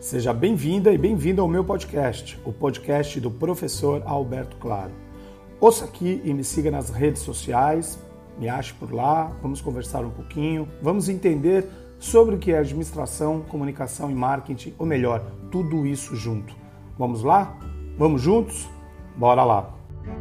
Seja bem-vinda e bem-vindo ao meu podcast, o podcast do professor Alberto Claro. Ouça aqui e me siga nas redes sociais, me ache por lá, vamos conversar um pouquinho, vamos entender sobre o que é administração, comunicação e marketing, ou melhor, tudo isso junto. Vamos lá? Vamos juntos? Bora lá!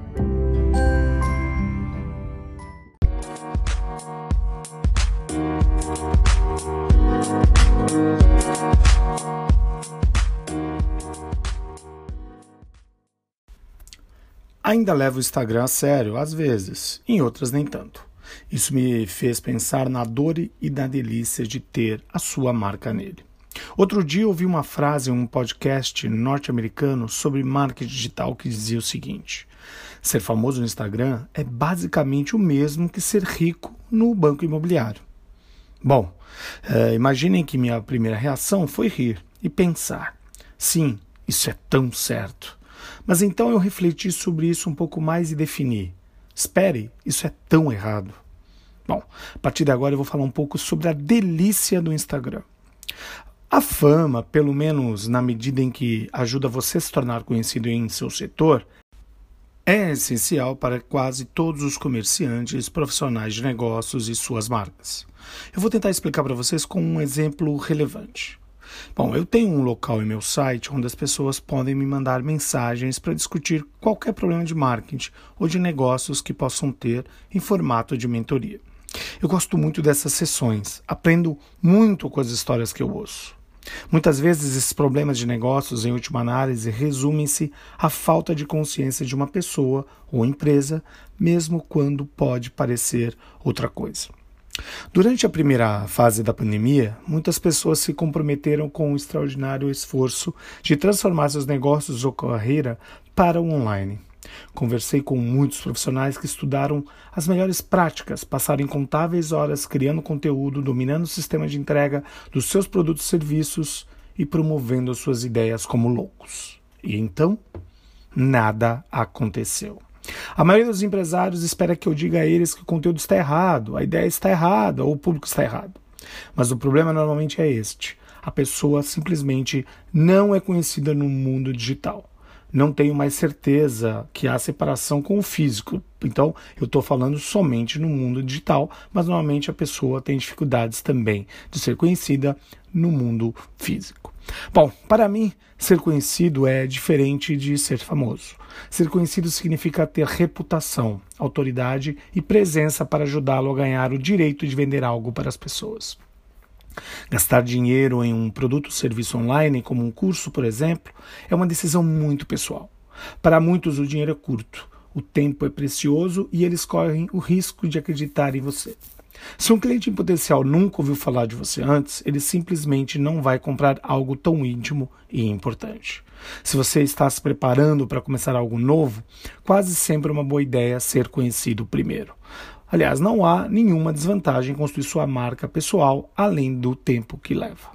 Ainda levo o Instagram a sério, às vezes, em outras nem tanto. Isso me fez pensar na dor e na delícia de ter a sua marca nele. Outro dia ouvi uma frase em um podcast norte-americano sobre marketing digital que dizia o seguinte: ser famoso no Instagram é basicamente o mesmo que ser rico no banco imobiliário. Bom, imaginem que minha primeira reação foi rir e pensar: sim, isso é tão certo. Mas então eu refleti sobre isso um pouco mais e defini: espere, isso é tão errado. Bom, a partir de agora eu vou falar um pouco sobre a delícia do Instagram. A fama, pelo menos na medida em que ajuda você a se tornar conhecido em seu setor, é essencial para quase todos os comerciantes, profissionais de negócios e suas marcas. Eu vou tentar explicar para vocês com um exemplo relevante. Bom, eu tenho um local em meu site onde as pessoas podem me mandar mensagens para discutir qualquer problema de marketing ou de negócios que possam ter em formato de mentoria. Eu gosto muito dessas sessões, aprendo muito com as histórias que eu ouço. Muitas vezes esses problemas de negócios, em última análise, resumem-se à falta de consciência de uma pessoa ou empresa, mesmo quando pode parecer outra coisa. Durante a primeira fase da pandemia, muitas pessoas se comprometeram com o extraordinário esforço de transformar seus negócios ou carreira para o online. Conversei com muitos profissionais que estudaram as melhores práticas, passaram incontáveis horas criando conteúdo, dominando o sistema de entrega dos seus produtos e serviços e promovendo suas ideias como loucos. E então, nada aconteceu. A maioria dos empresários espera que eu diga a eles que o conteúdo está errado, a ideia está errada ou o público está errado. Mas o problema normalmente é este: a pessoa simplesmente não é conhecida no mundo digital. Não tenho mais certeza que há separação com o físico. Então, eu estou falando somente no mundo digital, mas normalmente a pessoa tem dificuldades também de ser conhecida no mundo físico. Bom, para mim, ser conhecido é diferente de ser famoso. Ser conhecido significa ter reputação, autoridade e presença para ajudá-lo a ganhar o direito de vender algo para as pessoas. Gastar dinheiro em um produto ou serviço online, como um curso, por exemplo, é uma decisão muito pessoal. Para muitos, o dinheiro é curto, o tempo é precioso e eles correm o risco de acreditar em você. Se um cliente em potencial nunca ouviu falar de você antes, ele simplesmente não vai comprar algo tão íntimo e importante. Se você está se preparando para começar algo novo, quase sempre é uma boa ideia ser conhecido primeiro. Aliás, não há nenhuma desvantagem em construir sua marca pessoal, além do tempo que leva.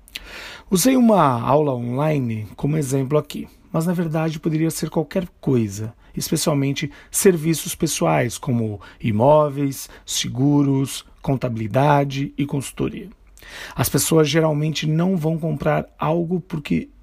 Usei uma aula online como exemplo aqui, mas na verdade poderia ser qualquer coisa, especialmente serviços pessoais como imóveis, seguros, contabilidade e consultoria. As pessoas geralmente não vão comprar algo por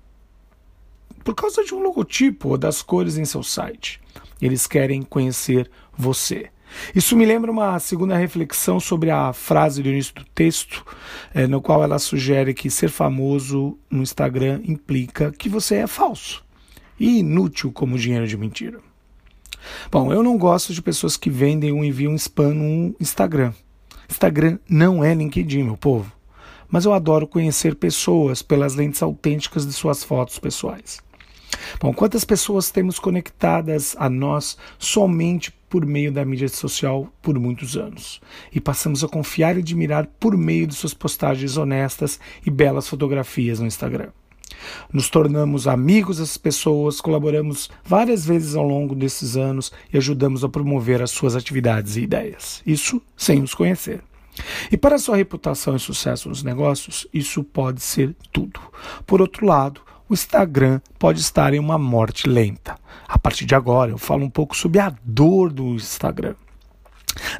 causa de um logotipo ou das cores em seu site. Eles querem conhecer você. Isso me lembra uma segunda reflexão sobre a frase do início do texto, no qual ela sugere que ser famoso no Instagram implica que você é falso e inútil como dinheiro de mentira. Bom, eu não gosto de pessoas que vendem ou enviam spam no Instagram. Instagram não é LinkedIn, meu povo. Mas eu adoro conhecer pessoas pelas lentes autênticas de suas fotos pessoais. Bom, quantas pessoas temos conectadas a nós somente por meio da mídia social por muitos anos e passamos a confiar e admirar por meio de suas postagens honestas e belas fotografias no Instagram. Nos tornamos amigos dessas pessoas, colaboramos várias vezes ao longo desses anos e ajudamos a promover as suas atividades e ideias. Isso sem os conhecer. E para sua reputação e sucesso nos negócios, isso pode ser tudo. Por outro lado, o Instagram pode estar em uma morte lenta. A partir de agora, eu falo um pouco sobre a dor do Instagram.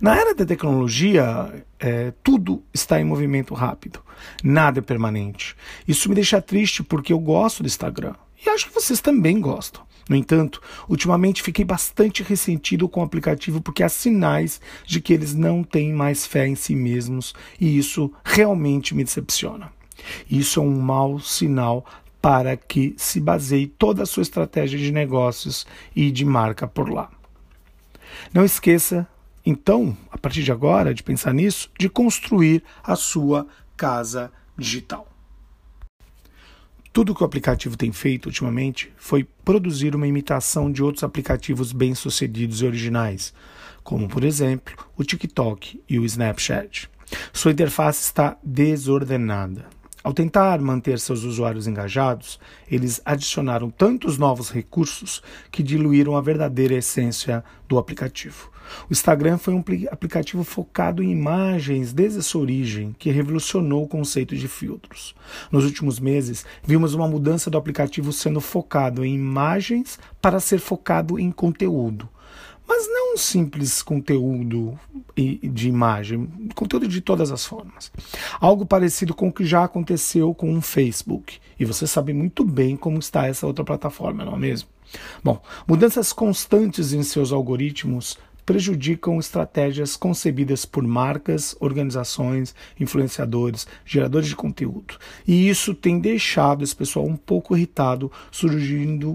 Na era da tecnologia, tudo está em movimento rápido. Nada é permanente. Isso me deixa triste porque eu gosto do Instagram. E acho que vocês também gostam. No entanto, ultimamente fiquei bastante ressentido com o aplicativo porque há sinais de que eles não têm mais fé em si mesmos e isso realmente me decepciona. Isso é um mau sinal para que se baseie toda a sua estratégia de negócios e de marca por lá. Não esqueça, então, a partir de agora, de pensar nisso, de construir a sua casa digital. Tudo que o aplicativo tem feito ultimamente foi produzir uma imitação de outros aplicativos bem-sucedidos e originais, como, por exemplo, o TikTok e o Snapchat. Sua interface está desordenada. Ao tentar manter seus usuários engajados, eles adicionaram tantos novos recursos que diluíram a verdadeira essência do aplicativo. O Instagram foi um aplicativo focado em imagens desde a sua origem, que revolucionou o conceito de filtros. Nos últimos meses, vimos uma mudança do aplicativo sendo focado em imagens para ser focado em conteúdo. Mas não um simples conteúdo de imagem, conteúdo de todas as formas. Algo parecido com o que já aconteceu com o Facebook. E você sabe muito bem como está essa outra plataforma, não é mesmo? Bom, mudanças constantes em seus algoritmos prejudicam estratégias concebidas por marcas, organizações, influenciadores, geradores de conteúdo. E isso tem deixado esse pessoal um pouco irritado, sugerindo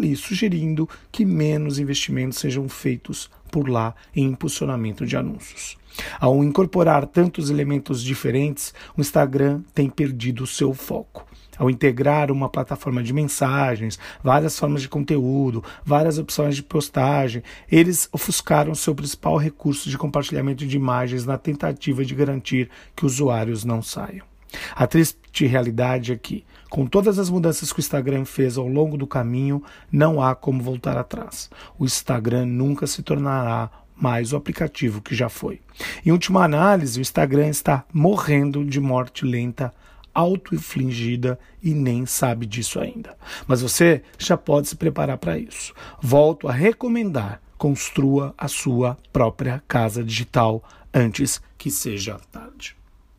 que menos investimentos sejam feitos por lá em impulsionamento de anúncios. Ao incorporar tantos elementos diferentes, o Instagram tem perdido o seu foco. Ao integrar uma plataforma de mensagens, várias formas de conteúdo, várias opções de postagem, eles ofuscaram seu principal recurso de compartilhamento de imagens na tentativa de garantir que usuários não saiam. A triste realidade é que, com todas as mudanças que o Instagram fez ao longo do caminho, não há como voltar atrás. O Instagram nunca se tornará mais o aplicativo que já foi. Em última análise, o Instagram está morrendo de morte lenta, auto-infligida e nem sabe disso ainda. Mas você já pode se preparar para isso. Volto a recomendar: construa a sua própria casa digital antes que seja tarde.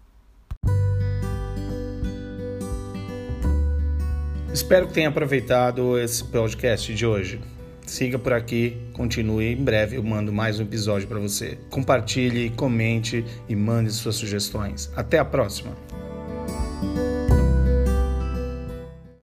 Espero que tenha aproveitado esse podcast de hoje. Siga por aqui, continue. Em breve eu mando mais um episódio para você. Compartilhe, comente e mande suas sugestões. Até a próxima!